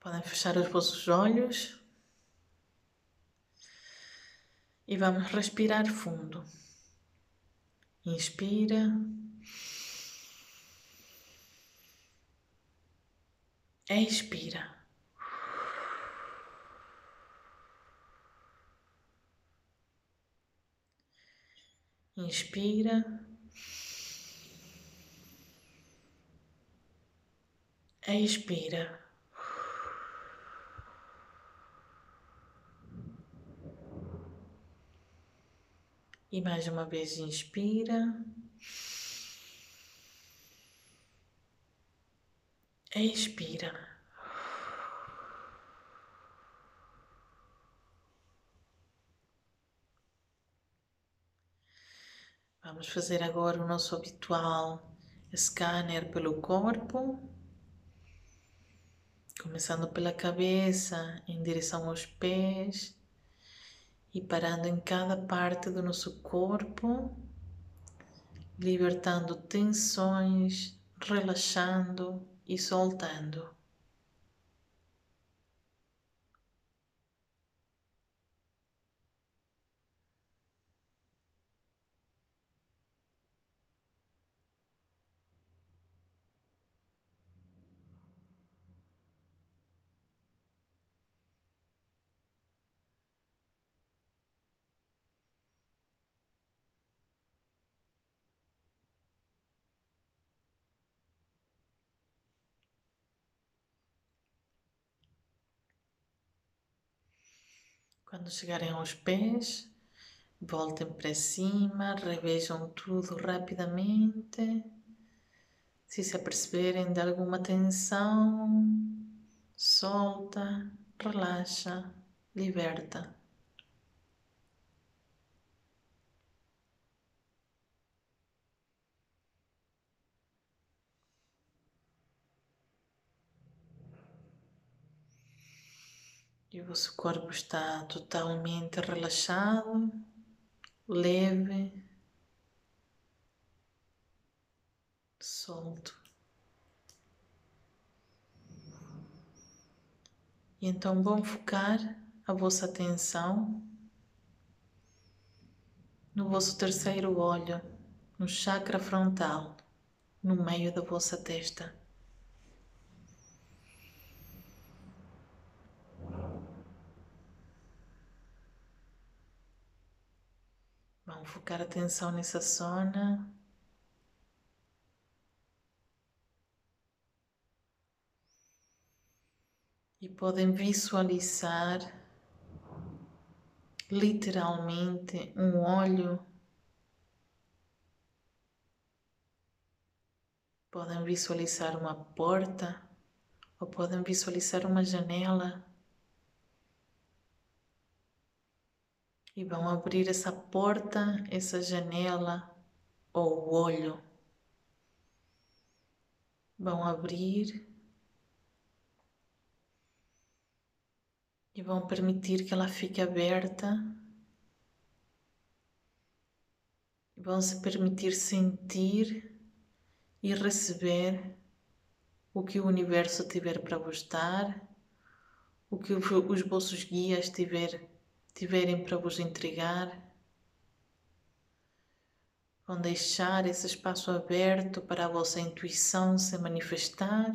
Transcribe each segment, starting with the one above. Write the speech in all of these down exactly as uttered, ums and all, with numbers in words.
Podem fechar os vossos olhos e vamos respirar fundo. Inspira. Expira. Inspira. Expira. E mais uma vez inspira. Expira. Vamos fazer agora o nosso habitual scanner pelo corpo, começando pela cabeça em direção aos pés e parando em cada parte do nosso corpo, libertando tensões, relaxando e soltando. Quando chegarem aos pés, voltem para cima, revejam tudo rapidamente. Se se aperceberem de alguma tensão, solta, relaxa, liberta. E o vosso corpo está totalmente relaxado, leve, solto. E então vão focar a vossa atenção no vosso terceiro olho, no chakra frontal, no meio da vossa testa. Vão focar a atenção nessa zona. E podem visualizar literalmente um olho. Podem visualizar uma porta ou podem visualizar uma janela. E vão abrir essa porta, essa janela ou o olho. Vão abrir e vão permitir que ela fique aberta. E vão se permitir sentir e receber o que o universo tiver para vos dar, o que os vossos guias tiver, tiverem para vos entregar. Vão deixar esse espaço aberto para a vossa intuição se manifestar.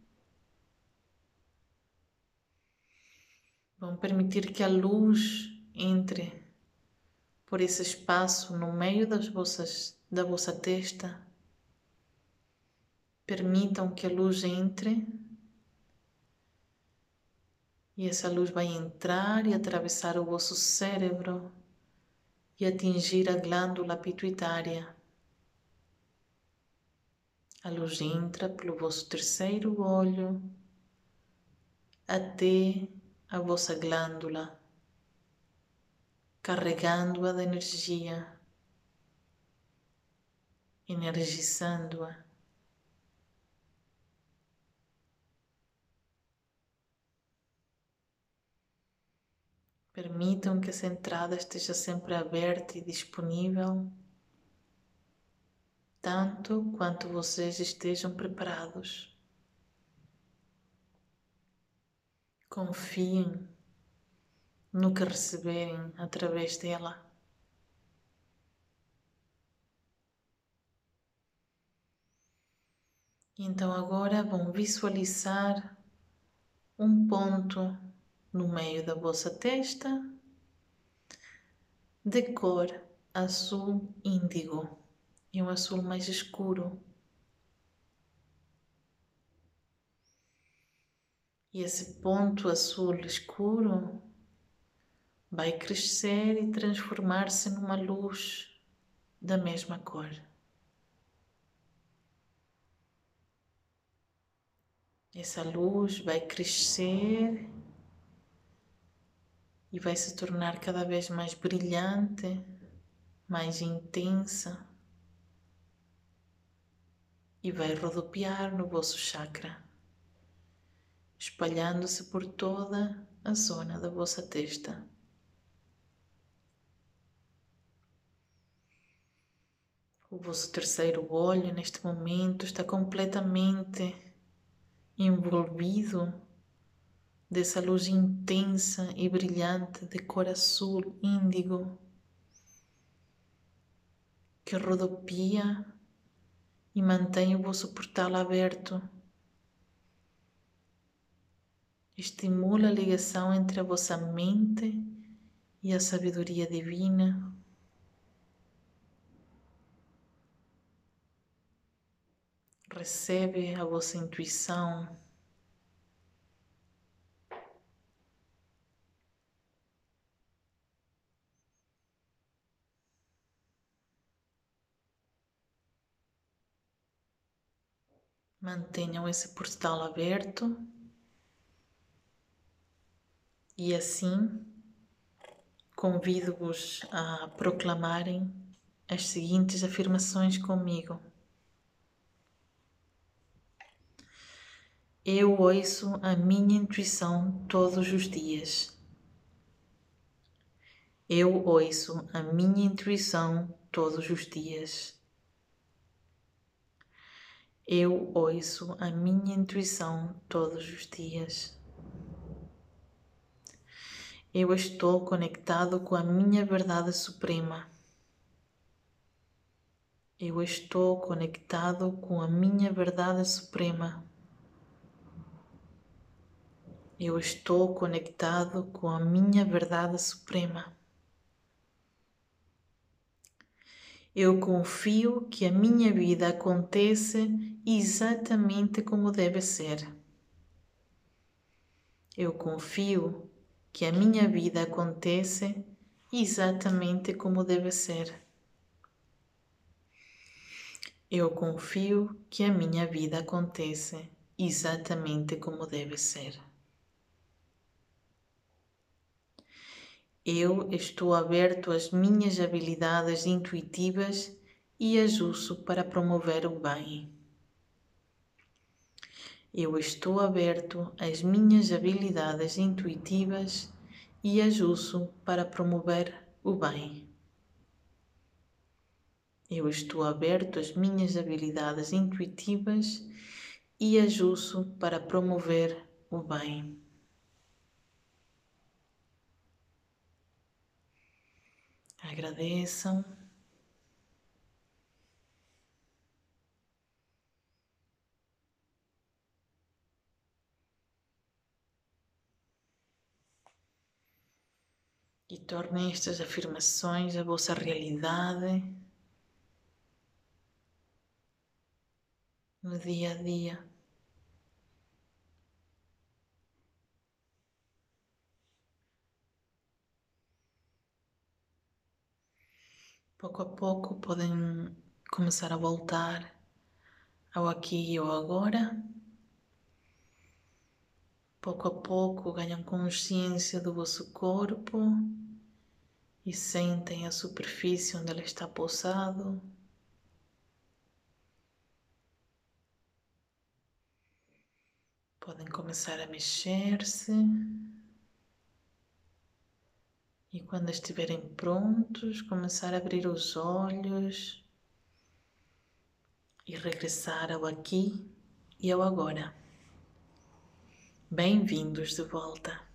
Vão permitir que a luz entre por esse espaço no meio das vossas, da vossa testa. Permitam que a luz entre e essa luz vai entrar e atravessar o vosso cérebro e atingir a glândula pituitária. A luz entra pelo vosso terceiro olho até a vossa glândula, carregando-a de energia, energizando-a. Permitam que essa entrada esteja sempre aberta e disponível, tanto quanto vocês estejam preparados. Confiem no que receberem através dela. Então agora vão visualizar um ponto no meio da vossa testa de cor azul índigo e um azul mais escuro. E esse ponto azul escuro vai crescer e transformar-se numa luz da mesma cor. Essa luz vai crescer e vai se tornar cada vez mais brilhante, mais intensa e vai rodopiar no vosso chakra, espalhando-se por toda a zona da vossa testa. O vosso terceiro olho, neste momento, está completamente envolvido dessa luz intensa e brilhante de cor azul índigo que rodopia e mantém o vosso portal aberto. Estimula a ligação entre a vossa mente e a sabedoria divina. Recebe a vossa intuição. Mantenham esse portal aberto e assim convido-vos a proclamarem as seguintes afirmações comigo. Eu ouço a minha intuição todos os dias. Eu ouço a minha intuição todos os dias. Eu ouço a minha intuição todos os dias. Eu estou conectado com a minha verdade suprema. Eu estou conectado com a minha verdade suprema. Eu estou conectado com a minha verdade suprema. Eu confio que a minha vida acontece exatamente como deve ser. Eu confio que a minha vida acontece exatamente como deve ser. Eu confio que a minha vida acontece exatamente como deve ser. Eu estou aberto às minhas habilidades intuitivas e as uso para promover o bem. Eu estou aberto às minhas habilidades intuitivas e as uso para promover o bem. Eu estou aberto às minhas habilidades intuitivas e as uso para promover o bem. Agradeçam. E tornem estas afirmações a vossa realidade no dia a dia. Pouco a pouco podem começar a voltar ao aqui e ao agora. Pouco a pouco ganham consciência do vosso corpo e sentem a superfície onde ele está pousado. Podem começar a mexer-se e quando estiverem prontos, começar a abrir os olhos e regressar ao aqui e ao agora. Bem-vindos de volta.